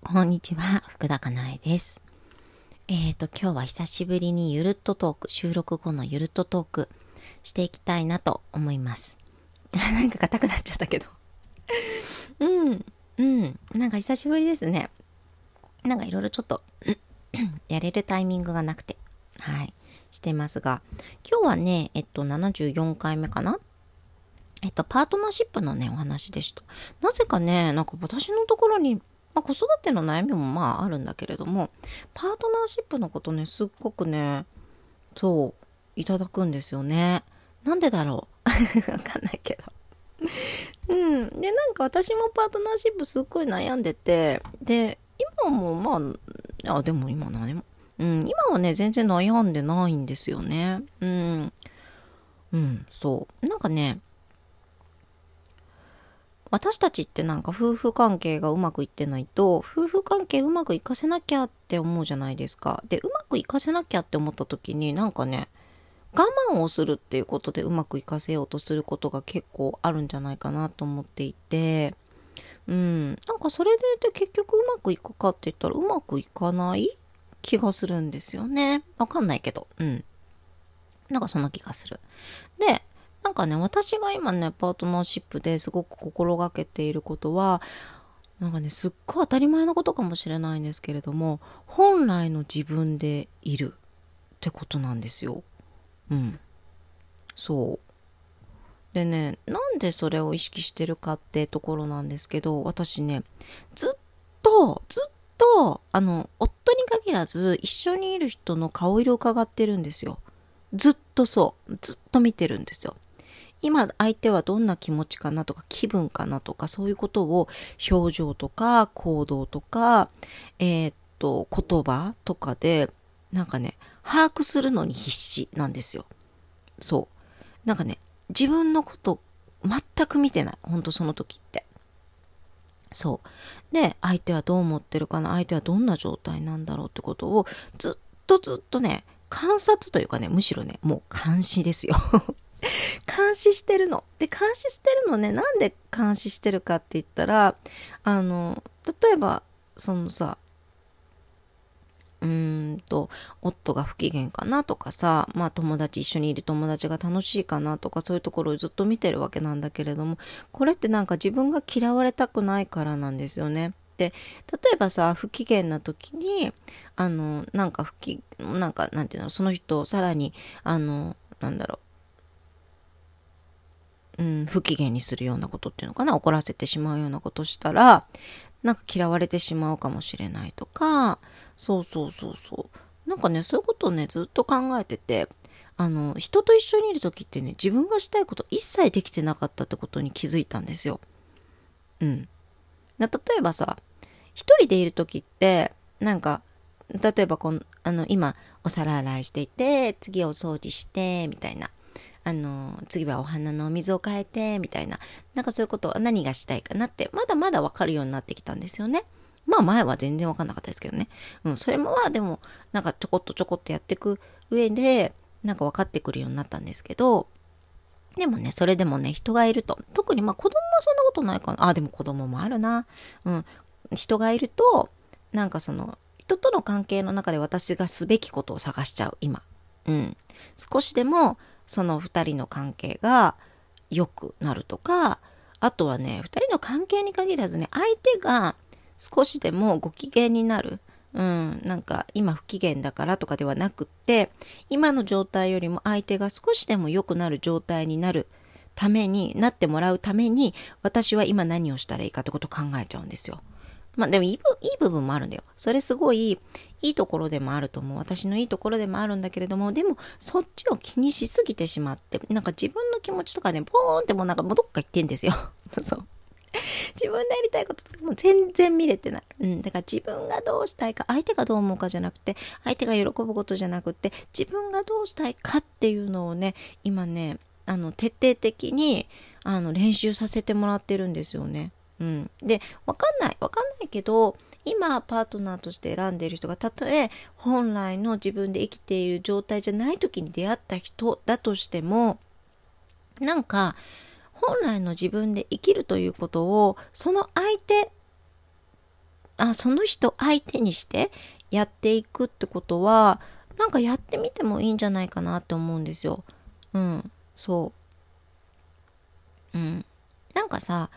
こんにちは、福田かなえです。今日は久しぶりにゆるっとトーク、収録後のゆるっとトークしていきたいなと思います。なんか硬くなっちゃったけど。なんか久しぶりですね。なんかいろいろちょっとやれるタイミングがなくて、してますが、今日はね、74回目かな。パートナーシップのね、お話でした。なぜかね、なんか私のところに、子育ての悩みもあるんだけれども、パートナーシップのことね、すっごくね、いただくんですよね。なんでだろうわかんないけど。で、なんか私もパートナーシップすっごい悩んでて、で、今もでも今何も。今はね、全然悩んでないんですよね。なんかね、私たちってなんか夫婦関係がうまくいってないと、夫婦関係うまくいかせなきゃって思うじゃないですか。で、うまくいかせなきゃって思った時になんかね、我慢をするっていうことでうまくいかせようとすることが結構あるんじゃないかなと思っていて、なんかそれで結局うまくいくかって言ったらうまくいかない気がするんですよね。わかんないけど、なんかそんな気がする。で、なんかね、私が今ね、パートナーシップですごく心がけていることは、なんかね、すっごい当たり前のことかもしれないんですけれども、本来の自分でいるってことなんですよ。そう。でね、なんでそれを意識してるかってところなんですけど、私ね、ずっと、夫に限らず一緒にいる人の顔色を伺ってるんですよ。ずっと見てるんですよ。今相手はどんな気持ちかなとか気分かなとかそういうことを表情とか行動とか言葉とかでなんかね把握するのに必死なんですよ。なんかね自分のこと全く見てない。ほんとその時って。で相手はどう思ってるかな、相手はどんな状態なんだろうってことをずっとね観察というかね、むしろねもう監視ですよ監視してるの。で、監視してるのね、なんで監視してるかって言ったら、例えば、夫が不機嫌かなとかさ、一緒にいる友達が楽しいかなとか、そういうところをずっと見てるわけなんだけれども、これってなんか自分が嫌われたくないからなんですよね。で、例えばさ、不機嫌な時に、なんていうの、その人をさらに、不機嫌にするようなことっていうのかな、怒らせてしまうようなことしたら、なんか嫌われてしまうかもしれないとか、なんかね、そういうことをね、ずっと考えてて、人と一緒にいる時ってね、自分がしたいこと一切できてなかったってことに気づいたんですよ。例えばさ、一人でいる時って、なんか、例えば今、お皿洗いしていて、次お掃除して、みたいな。次はお花のお水を変えて、みたいな。なんかそういうことを何がしたいかなって、まだまだわかるようになってきたんですよね。前は全然わかんなかったですけどね。それもでも、なんかちょこっとやっていく上で、なんか分かってくるようになったんですけど、でもね、それでもね、人がいると、特に子供はそんなことないかな。でも子供もあるな。人がいると、なんか人との関係の中で私がすべきことを探しちゃう、今。少しでも、その二人の関係が良くなるとか、あとはね、二人の関係に限らずね、相手が少しでもご機嫌になる。なんか今不機嫌だからとかではなくって、今の状態よりも相手が少しでも良くなる状態になるためになってもらうために、私は今何をしたらいいかってことを考えちゃうんですよ。でもいい部分もあるんだよ。それすごいいいところでもあると思う。私のいいところでもあるんだけれども、でもそっちを気にしすぎてしまって、なんか自分の気持ちとかね、ポーンってもうなんかもうどっか行ってんですよ。そう。自分でやりたいこととかも全然見れてない。だから自分がどうしたいか、相手がどう思うかじゃなくて、相手が喜ぶことじゃなくて、自分がどうしたいかっていうのをね、今ね、徹底的に、練習させてもらってるんですよね。で、わかんないけど、今パートナーとして選んでいる人がたとえ本来の自分で生きている状態じゃない時に出会った人だとしても、なんか本来の自分で生きるということをその相手その人相手にしてやっていくってことは、なんかやってみてもいいんじゃないかなって思うんですよ。そう。なんかさ、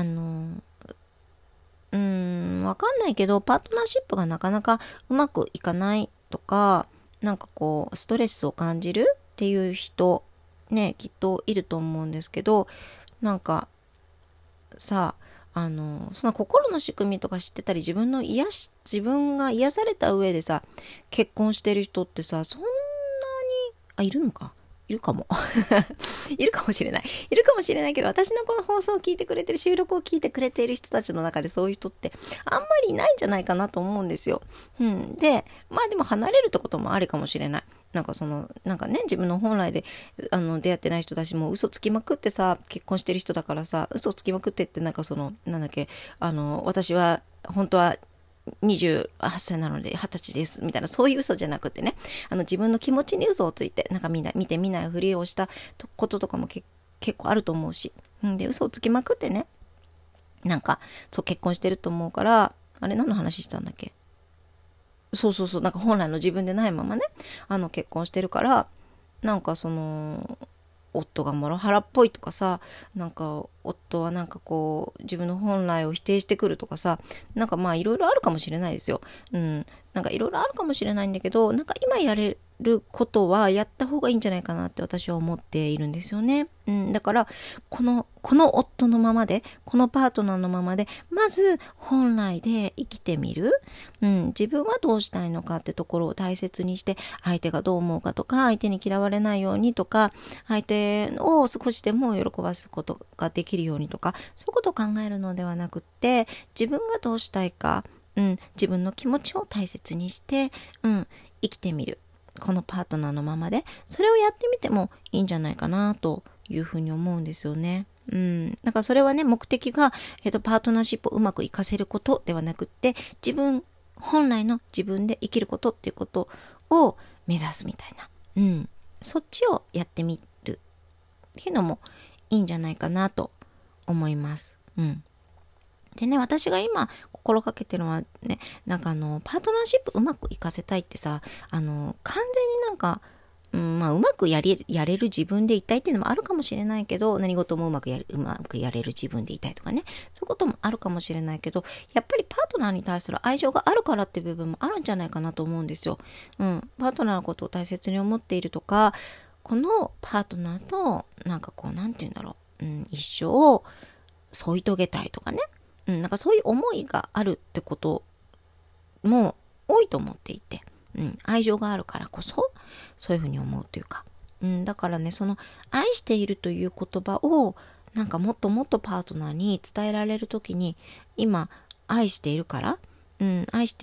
わかんないけど、パートナーシップがなかなかうまくいかないとか、なんかこう、ストレスを感じるっていう人、ね、きっといると思うんですけど、なんかさ、その心の仕組みとか知ってたり、自分が癒された上でさ、結婚してる人ってさ、そんなに、いるのかいるかも。いるかもしれない。いるかもしれないけど、私のこの放送を聞いてくれてる、収録を聞いてくれている人たちの中でそういう人ってあんまりいないんじゃないかなと思うんですよ。で、でも離れるってこともありかもしれない。なんかね、自分の本来で、出会ってない人だし、もう嘘つきまくってさ、結婚してる人だからさ、嘘つきまくってって、なんかなんだっけ、私は、本当は、28歳なので20歳ですみたいな、そういう嘘じゃなくてね、自分の気持ちに嘘をついて、なんか見て見ないふりをしたこととかも結構あると思うし、で嘘をつきまくってね、なんかそう結婚してると思うから、あれ何の話したんだっけ。そう、なんか本来の自分でないままね、結婚してるから、なんか夫がモラハラっぽいとかさ、なんか夫はなんかこう自分の本来を否定してくるとかさ、なんかいろいろあるかもしれないですよ。なんかいろいろあるかもしれないんだけど、なんか今やれることはやった方がいいんじゃないかなって私は思っているんですよね。だからこの夫のままで、このパートナーのままで、まず本来で生きてみる。自分はどうしたいのかってところを大切にして、相手がどう思うかとか、相手に嫌われないようにとか、相手を少しでも喜ばすことができるようにとか、そういうことを考えるのではなくって、自分がどうしたいか、自分の気持ちを大切にして、生きてみる。このパートナーのままで、それをやってみてもいいんじゃないかなというふうに思うんですよね。だからそれはね、目的が、パートナーシップをうまくいかせることではなくって、本来の自分で生きることっていうことを目指すみたいな。そっちをやってみるっていうのもいいんじゃないかなと思います。でね、私が今心がけてるのはね、なんかパートナーシップうまくいかせたいってさ、完全になんか、うまくやれる自分でいたいっていうのもあるかもしれないけど、何事もうまくやれる自分でいたいとかね、そういうこともあるかもしれないけど、やっぱりパートナーに対する愛情があるからっていう部分もあるんじゃないかなと思うんですよ。パートナーのことを大切に思っているとか、このパートナーとなんかこう、なんて言うんだろう、一生添い遂げたいとかね、なんかそういう思いがあるってことも多いと思っていて、愛情があるからこそそういうふうに思うというか、だからね、その愛しているという言葉をなんかもっともっとパートナーに伝えられるときに、今愛しているから、愛して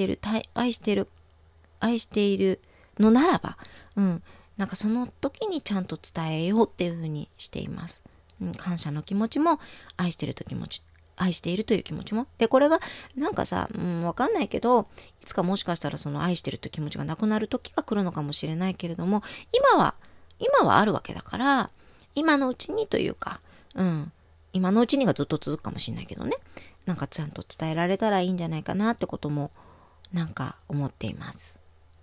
いるのならば、なんかその時にちゃんと伝えようっていうふうにしています。感謝の気持ちも、愛しているという気持ちも。で、これが、なんかさ、わかんないけど、いつかもしかしたらその愛してるという気持ちがなくなる時が来るのかもしれないけれども、今はあるわけだから、今のうちにというか、今のうちにがずっと続くかもしれないけどね、なんかちゃんと伝えられたらいいんじゃないかなってことも、なんか思っています。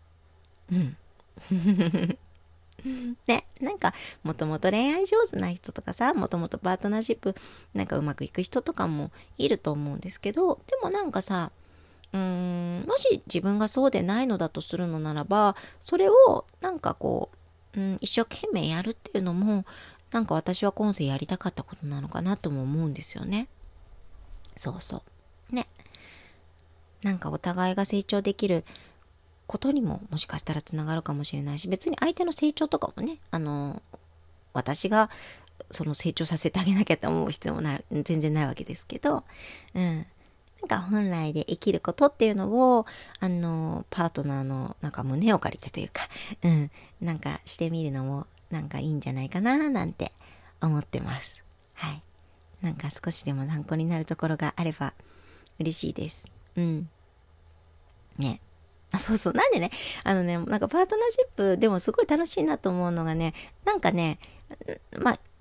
ね、なんかもともと恋愛上手な人とかさ、もともとパートナーシップなんかうまくいく人とかもいると思うんですけど、でもなんかさ、もし自分がそうでないのだとするのならば、それをなんかこう、一生懸命やるっていうのも、なんか私は今世やりたかったことなのかなとも思うんですよね。そうね、なんかお互いが成長できることにももしかしたらつながるかもしれないし、別に相手の成長とかもね、私がその成長させてあげなきゃと思う必要も全然ないわけですけど、なんか本来で生きることっていうのをパートナーのなんか胸を借りてというか、なんかしてみるのもなんかいいんじゃないかななんて思ってます。はい。なんか少しでも参考になるところがあれば嬉しいです。ね。そう。なんでね、なんかパートナーシップでもすごい楽しいなと思うのがね、なんかね、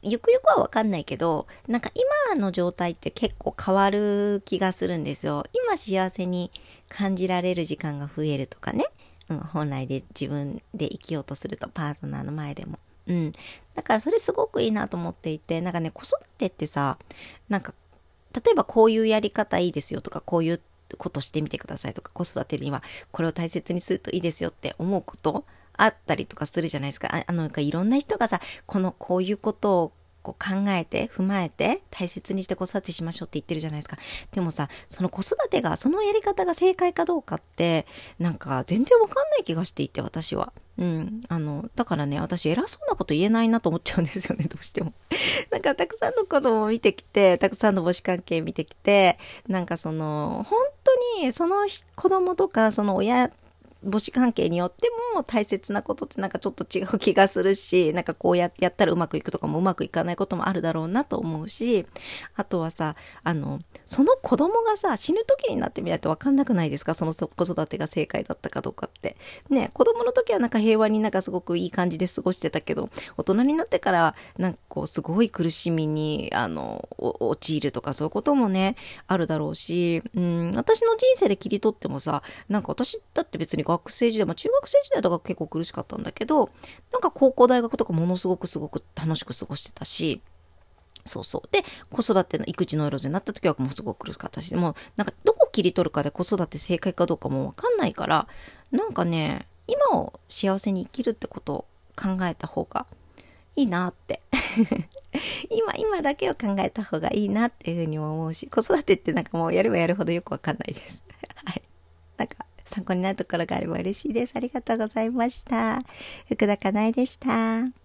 ゆくゆくはわかんないけど、なんか今の状態って結構変わる気がするんですよ。今幸せに感じられる時間が増えるとかね。本来で自分で生きようとするとパートナーの前でも。だからそれすごくいいなと思っていて、なんかね、子育てってさ、なんか、例えばこういうやり方いいですよとか、こういうことしてみてくださいとか、子育てにはこれを大切にするといいですよって思うことあったりとかするじゃないですか。なんかいろんな人がさ、こういうことをこう考えて、踏まえて、大切にして子育てしましょうって言ってるじゃないですか。でもさ、その子育てが、そのやり方が正解かどうかって、なんか全然わかんない気がしていて、私は。だからね、私偉そうなこと言えないなと思っちゃうんですよね、どうしても。なんかたくさんの子供を見てきて、たくさんの母子関係見てきて、なんか本当にその子供とか、その母子関係によっても大切なことってなんかちょっと違う気がするし、なんかこうやったらうまくいくとかもうまくいかないこともあるだろうなと思うし、あとはさ、その子供がさ、死ぬ時になってみないとわかんなくないですか？その子育てが正解だったかどうかって。ね、子供の時はなんか平和になんかすごくいい感じで過ごしてたけど、大人になってからなんかこうすごい苦しみに、陥るとかそういうこともね、あるだろうし、私の人生で切り取ってもさ、なんか私だって別に学生時代、中学生時代とか結構苦しかったんだけど、なんか高校大学とかものすごく楽しく過ごしてたし、そうそう。で、子育ての育児の色になった時はもうすごく苦しかったし、もうなんかどこ切り取るかで子育て正解かどうかもわかんないから、なんかね、今を幸せに生きるってことを考えた方がいいなって今だけを考えた方がいいなっていうふうにも思うし、子育てってなんかもうやればやるほどよくわかんないですはい。なんか参考になるところがあれば嬉しいです。ありがとうございました。福田かなえでした。